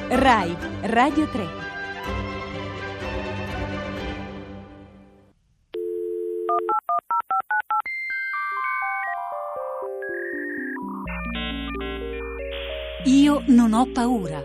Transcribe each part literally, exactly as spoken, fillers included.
Rai Radio tre. Io non ho paura.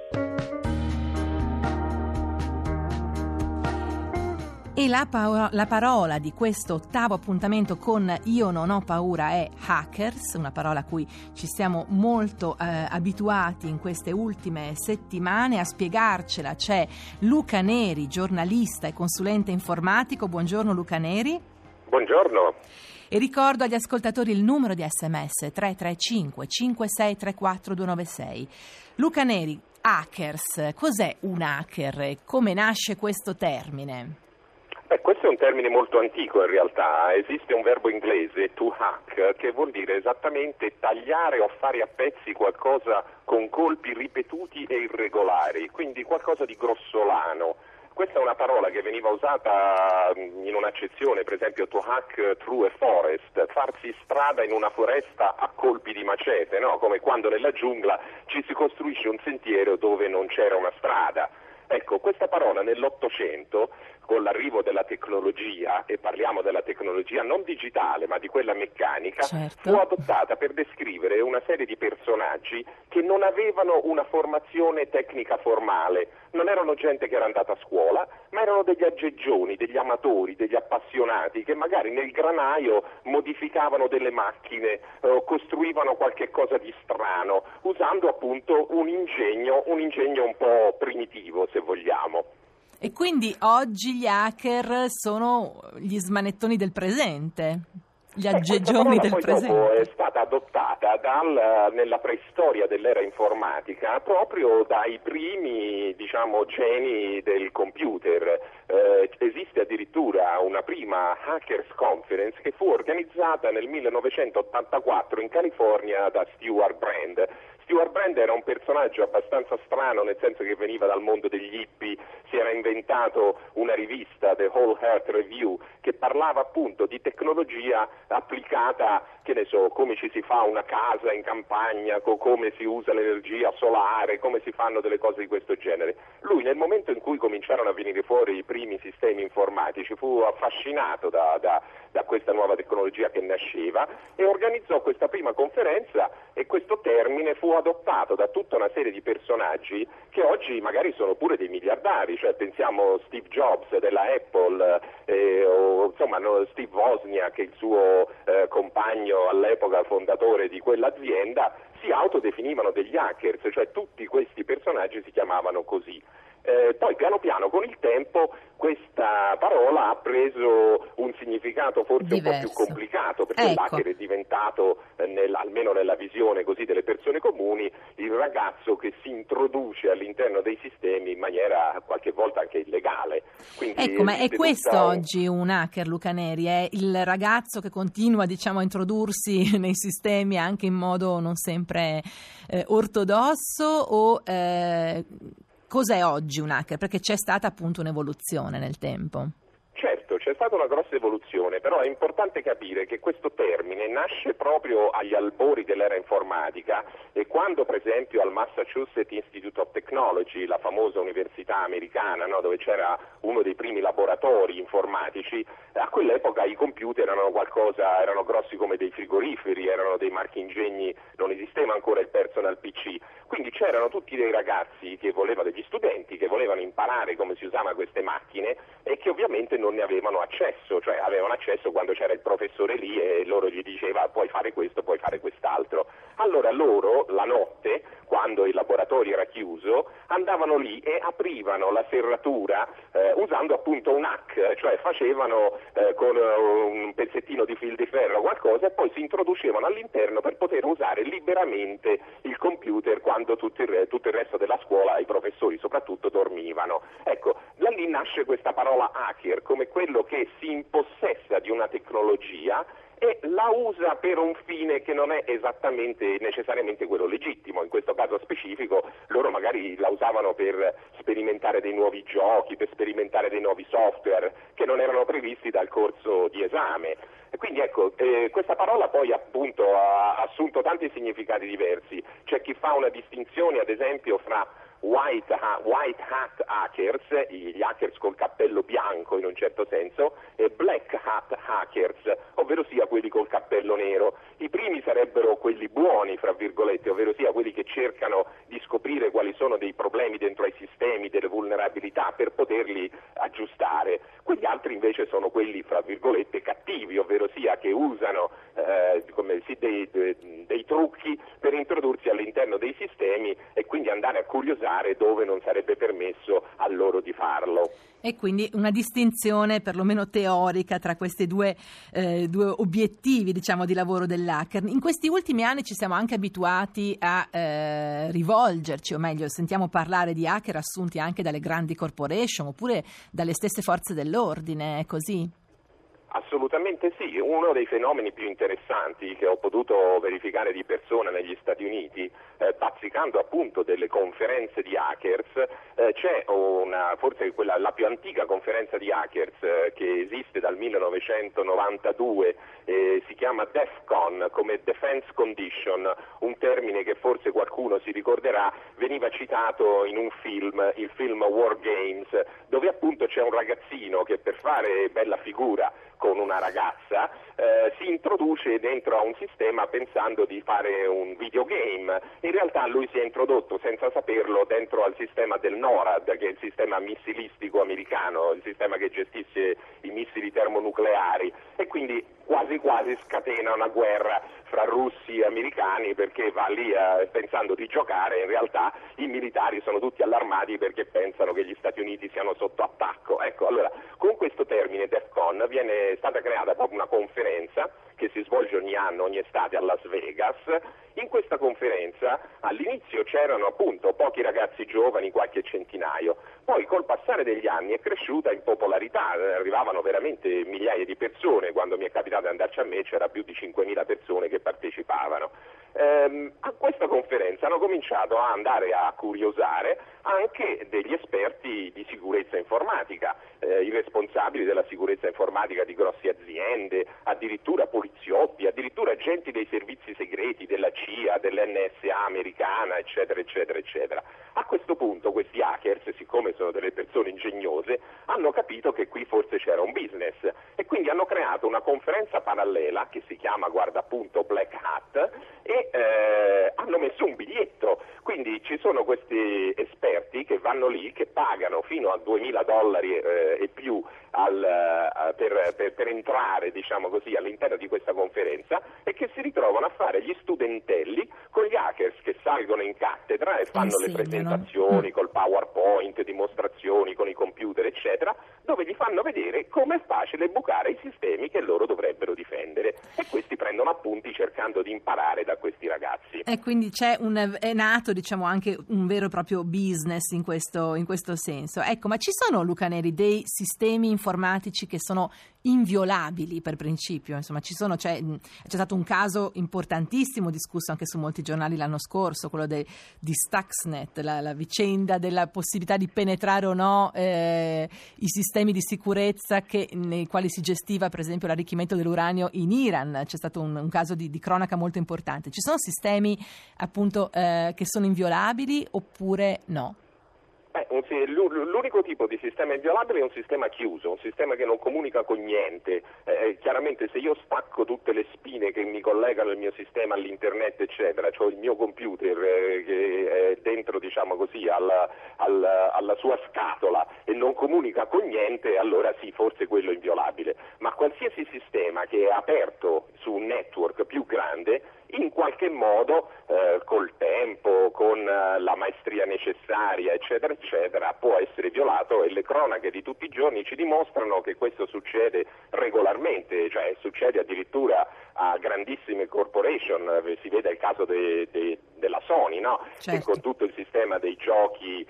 E la, pa- la parola di questo ottavo appuntamento con Io non ho paura è hackers, una parola a cui ci siamo molto eh, abituati in queste ultime settimane. A spiegarcela c'è Luca Neri, giornalista e consulente informatico. Buongiorno Luca Neri. Buongiorno. E ricordo agli ascoltatori il numero di sms tre tre cinque cinque sei tre quattro due nove sei. Luca Neri, hackers, cos'è un hacker? Come nasce questo termine? Beh, questo è un termine molto antico in realtà. Esiste un verbo inglese, to hack, che vuol dire esattamente tagliare o fare a pezzi qualcosa con colpi ripetuti e irregolari, quindi qualcosa di grossolano. Questa è una parola che veniva usata in un'accezione, per esempio to hack through a forest, farsi strada in una foresta a colpi di macete, no? Come quando nella giungla ci si costruisce un sentiero dove non c'era una strada. Ecco, questa parola nell'Ottocento, con l'arrivo della tecnologia, e parliamo della tecnologia non digitale ma di quella meccanica, certo. fu adottata per descrivere una serie di personaggi che non avevano una formazione tecnica formale, non erano gente che era andata a scuola, ma erano degli aggeggioni, degli amatori, degli appassionati che magari nel granaio modificavano delle macchine o costruivano qualche cosa di strano, usando appunto un ingegno, un ingegno un po' primitivo, se vogliamo. E quindi oggi gli hacker sono gli smanettoni del presente, gli aggeggioni del poi presente. Dopo è stata adottata dal, nella preistoria dell'era informatica proprio dai primi, diciamo, geni del computer. Eh, esiste addirittura una prima Hackers Conference che fu organizzata nel millenovecentottantaquattro in California da Stewart Brand. Stewart Brand era un personaggio abbastanza strano, nel senso che veniva dal mondo degli hippie, si era inventato una rivista, The Whole Earth Review, che parlava appunto di tecnologia applicata, che ne so, come ci si fa una casa in campagna, co- come si usa l'energia solare, come si fanno delle cose di questo genere. Lui nel momento in cui cominciarono a venire fuori i primi sistemi informatici fu affascinato da, da, da questa nuova tecnologia che nasceva e organizzò questa prima conferenza, e questo termine fu adottato da tutta una serie di personaggi che oggi magari sono pure dei miliardari, cioè pensiamo Steve Jobs della Apple, eh, o insomma no, Steve Wozniak, il suo eh, compagno all'epoca fondatore di quell'azienda, si autodefinivano degli hackers, cioè tutti questi personaggi si chiamavano così. Eh, poi piano piano con il tempo questa parola ha preso un significato forse diverso, un po' più complicato, perché ecco. l'hacker è diventato, eh, nel, almeno nella visione così delle persone comuni, il ragazzo che si introduce all'interno dei sistemi in maniera qualche volta anche illegale. Quindi ecco, ma è questo un... oggi un hacker, Luca Neri? È il ragazzo che continua, diciamo, a introdursi nei sistemi anche in modo non sempre eh, ortodosso, o eh, cos'è oggi un hacker? Perché c'è stata appunto un'evoluzione nel tempo. Certo, c'è stata una grossa evoluzione, però è importante capire che questo termine nasce proprio agli albori dell'era informatica, e quando per esempio al Massachusetts Institute of Technology, la famosa università americana, no, dove c'era uno dei primi laboratori informatici, a quell'epoca i computer erano qualcosa, erano grossi come dei frigoriferi, erano dei marchingegni, non esisteva ancora il personal P C, quindi c'erano tutti dei ragazzi che volevano, degli studenti che volevano imparare come si usavano queste macchine e che ovviamente non ne avevano accesso, cioè avevano accesso quando c'era il professore lì e loro gli diceva puoi fare questo, puoi fare quest'altro. Allora loro la notte, quando il laboratorio era chiuso, andavano lì e aprivano la serratura eh, usando appunto un hack, cioè facevano eh, con un pezzettino di fil di ferro qualcosa e poi si introducevano all'interno per poter usare liberamente il computer quando tutto il, tutto il resto della scuola, i professori soprattutto, dormivano. Ecco, da lì nasce questa parola hacker come quello che si impossessa di una tecnologia e la usa per un fine che non è esattamente necessariamente quello legittimo. In questo caso specifico loro magari la usavano per sperimentare dei nuovi giochi, per sperimentare dei nuovi software che non erano previsti dal corso di esame. E quindi ecco, eh, questa parola poi appunto ha assunto assunto tanti significati diversi. C'è chi fa una distinzione, ad esempio, fra White, ha- white hat hackers, gli hackers col cappello bianco in un certo senso, e black hat hackers, ovvero sia quelli col cappello nero. I primi sarebbero quelli buoni, fra virgolette, ovvero sia quelli che cercano di scoprire quali sono dei problemi dentro ai sistemi, delle vulnerabilità per poterli aggiustare. Quegli altri invece sono quelli, fra virgolette, cattivi, ovvero sia che usano eh, come si, dei, dei, dei trucchi per introdursi all'interno dei sistemi e quindi andare a curiosare dove non sarebbe permesso a loro di farlo. E quindi una distinzione perlomeno teorica tra questi due, eh, due obiettivi, diciamo, di lavoro dell'hacker. In questi ultimi anni ci siamo anche abituati a eh, rivolgerci, o meglio, sentiamo parlare di hacker assunti anche dalle grandi corporation oppure dalle stesse forze dell'ordine, è così? Assolutamente sì, uno dei fenomeni più interessanti che ho potuto verificare di persona negli Stati Uniti, eh, bazzicando appunto delle conferenze di hackers, eh, c'è una, forse quella, la più antica conferenza di hackers eh, che esiste dal millenovecentonovantadue, eh, si chiama DEFCON, come Defense Condition, un termine che forse qualcuno si ricorderà, veniva citato in un film, il film War Games, dove appunto c'è un ragazzino che per fare bella figura con una ragazza eh, si introduce dentro a un sistema pensando di fare un videogame. In realtà lui si è introdotto senza saperlo dentro al sistema del NORAD, che è il sistema missilistico americano, il sistema che gestisce i missili termonucleari, e quindi quasi quasi scatena una guerra fra russi e americani, perché va lì eh, pensando di giocare, in realtà i militari sono tutti allarmati perché pensano che gli Stati Uniti siano sotto attacco. Ecco, allora con questo termine DEFCON viene è stata creata proprio una conferenza che si svolge ogni anno, ogni estate a Las Vegas. In questa conferenza all'inizio c'erano appunto pochi ragazzi giovani, qualche centinaio, poi col passare degli anni è cresciuta in popolarità, arrivavano veramente migliaia di persone, quando mi è capitato di andarci a me c'era più di cinquemila persone che partecipavano. Ehm, a questa conferenza hanno cominciato a andare a curiosare anche degli esperti di sicurezza informatica, eh, i responsabili della sicurezza informatica di grosse aziende, addirittura poliziotti, addirittura agenti dei servizi segreti, della C I A, dell'N S A americana, eccetera, eccetera, eccetera. A questo punto questi hackers, siccome sono delle persone ingegnose, hanno capito che qui forse c'era un business e quindi hanno creato una conferenza parallela che si chiama, guarda appunto, Black Hat, e eh, hanno messo un biglietto. Quindi ci sono questi esperti che vanno lì, che pagano fino a duemila dollari eh, e più al, uh, per, per, per entrare, diciamo così, all'interno di questa conferenza, e che si ritrovano a fare gli studentelli con gli hackers che salgono in cattedra e fanno Insignano. le presentazioni col PowerPoint, dimostrazioni con i computer, eccetera, dove gli fanno vedere come è facile bucare i sistemi che loro dovrebbero difendere, e questi prendono appunti cercando di imparare da questi ragazzi. E quindi c'è un, è nato, diciamo, anche un vero e proprio business in questo, in questo senso. Ecco, ma ci sono, Luca Neri, dei sistemi informatici che sono inviolabili per principio? Insomma, ci sono, c'è, c'è stato un caso importantissimo discusso anche su molti giornali l'anno scorso, quello de, di Stuxnet, la, la vicenda della possibilità di penetrare o no eh, i sistemi di sicurezza che, nei quali si gestiva per esempio l'arricchimento dell'uranio in Iran. C'è stato un, un caso di, di cronaca molto importante. Ci sono sistemi appunto eh, che sono inviolabili oppure no? Beh, l'unico tipo di sistema inviolabile è un sistema chiuso, un sistema che non comunica con niente. Eh, chiaramente se io stacco tutte le spine che mi collegano il mio sistema all'internet, eccetera, cioè il mio computer eh, che è dentro, diciamo così, alla, alla, alla sua scatola e non comunica con niente, allora sì, forse quello è inviolabile. Ma qualsiasi sistema che è aperto su un network più grande, in qualche modo, eh, col tempo, con eh, la maestria necessaria, eccetera, eccetera, può essere violato, e le cronache di tutti i giorni ci dimostrano che questo succede regolarmente, cioè succede addirittura a grandissime corporation. Si vede il caso de, de, della Sony, no? Certo. Che con tutto il sistema dei giochi eh,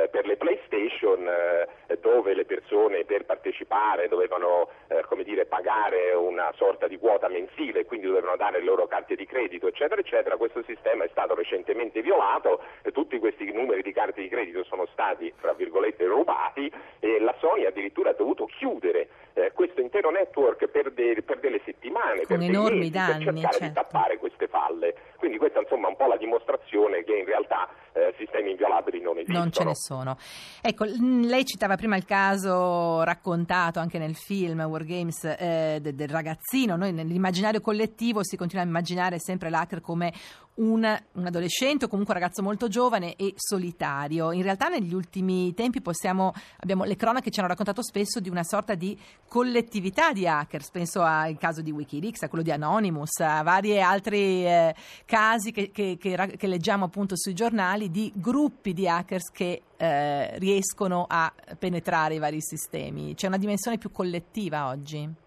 eh, per le PlayStation eh, dove le persone per partecipare dovevano eh, come dire, pagare una sorta di quota mensile, quindi dovevano dare le loro carte di credito, eccetera, eccetera. Questo sistema è stato recentemente violato, e tutti questi numeri di carte di credito sono stati, fra virgolette, rubati, e la Sony addirittura ha dovuto chiudere eh, questo intero network per, de- per delle settimane, con per enormi dei mesi, danni, per cercare certo. di tappare queste falle. Quindi questa insomma è un po' la dimostrazione che in realtà eh, sistemi inviolabili non esistono. Non ce ne sono. Ecco, lei citava prima il caso raccontato anche nel film War Games eh, de- del ragazzino. Noi nell'immaginario collettivo si continua a immaginare sempre l'hacker come un, un adolescente o comunque un ragazzo molto giovane e solitario. In realtà negli ultimi tempi possiamo, abbiamo, le cronache ci hanno raccontato spesso di una sorta di collettività di hackers. Penso al caso di Wikileaks, a quello di Anonymous, a vari altri eh, casi che, che, che, che leggiamo appunto sui giornali di gruppi di hackers che eh, riescono a penetrare i vari sistemi. C'è una dimensione più collettiva oggi?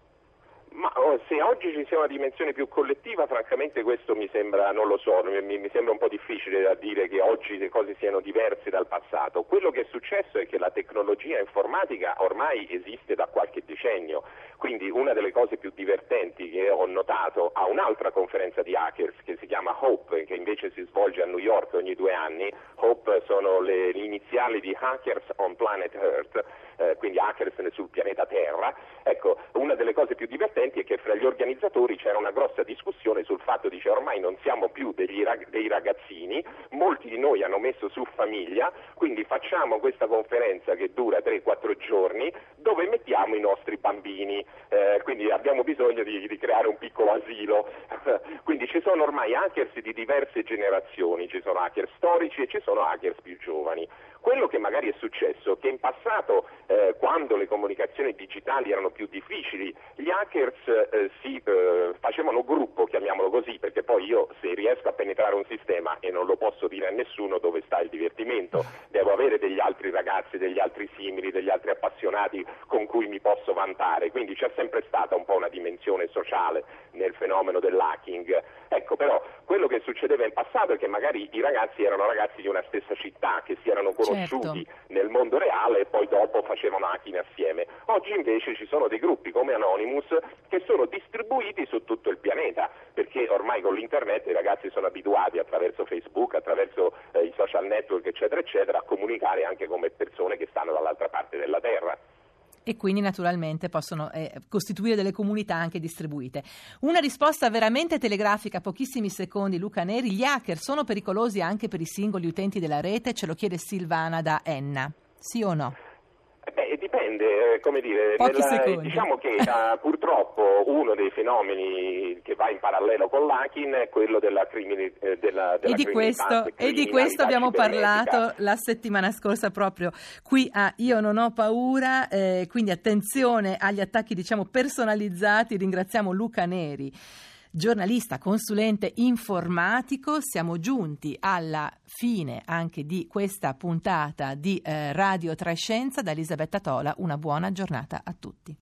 Ma oh, se oggi ci sia una dimensione più collettiva, francamente questo mi sembra, non lo so, mi, mi sembra un po' difficile da dire che oggi le cose siano diverse dal passato. Quello che è successo è che la tecnologia informatica ormai esiste da qualche decennio, quindi una delle cose più divertenti che ho notato a un'altra conferenza di hackers che si chiama HOPE, che invece si svolge a New York ogni due anni. HOPE sono le, le iniziali di Hackers on Planet Earth, eh, quindi hackers sul pianeta Terra. Ecco, una delle cose più divertenti è che fra gli organizzatori c'era una grossa discussione sul fatto di che ormai non siamo più degli rag- dei ragazzini, molti di noi hanno messo su famiglia, quindi facciamo questa conferenza che dura tre quattro giorni dove mettiamo i nostri bambini, eh, quindi abbiamo bisogno di, di creare un piccolo asilo. Quindi ci sono ormai hackers di diverse generazioni, ci sono hacker storici e ci sono hackers più giovani. Quello che magari è successo è che in passato, eh, quando le comunicazioni digitali erano più difficili, gli hackers eh, si eh, facevano gruppo, chiamiamolo così, perché poi io se riesco a penetrare un sistema e non lo posso dire a nessuno dove sta il divertimento, devo avere degli altri ragazzi, degli altri simili, degli altri appassionati con cui mi posso vantare, quindi c'è sempre stata un po' una dimensione sociale nel fenomeno dell'hacking. Ecco, però quello che succedeva in passato è che magari i ragazzi erano ragazzi di una stessa città, che si erano conosciuti certo. nel mondo reale e poi dopo facevano hacking assieme. Oggi invece ci sono dei gruppi come Anonymous che sono distribuiti su tutto il pianeta, perché ormai con l'internet i ragazzi sono abituati attraverso Facebook, attraverso eh, i social network, eccetera, eccetera, a comunicare anche come persone che stanno dall'altra parte della terra. E quindi naturalmente possono eh, costituire delle comunità anche distribuite. Una risposta veramente telegrafica, pochissimi secondi, Luca Neri. Gli hacker sono pericolosi anche per i singoli utenti della rete? Ce lo chiede Silvana da Enna. Sì o no? Beh, dipende, eh, come dire, nella, diciamo che uh, purtroppo uno dei fenomeni che va in parallelo con l'hacking è quello della, crimini, eh, della, della e di questo E di questo abbiamo parlato la settimana scorsa proprio qui a Io non ho paura, eh, quindi attenzione agli attacchi diciamo personalizzati. Ringraziamo Luca Neri, giornalista, consulente informatico. Siamo giunti alla fine anche di questa puntata di eh, Radio Trescenza. Da Elisabetta Tola, una buona giornata a tutti.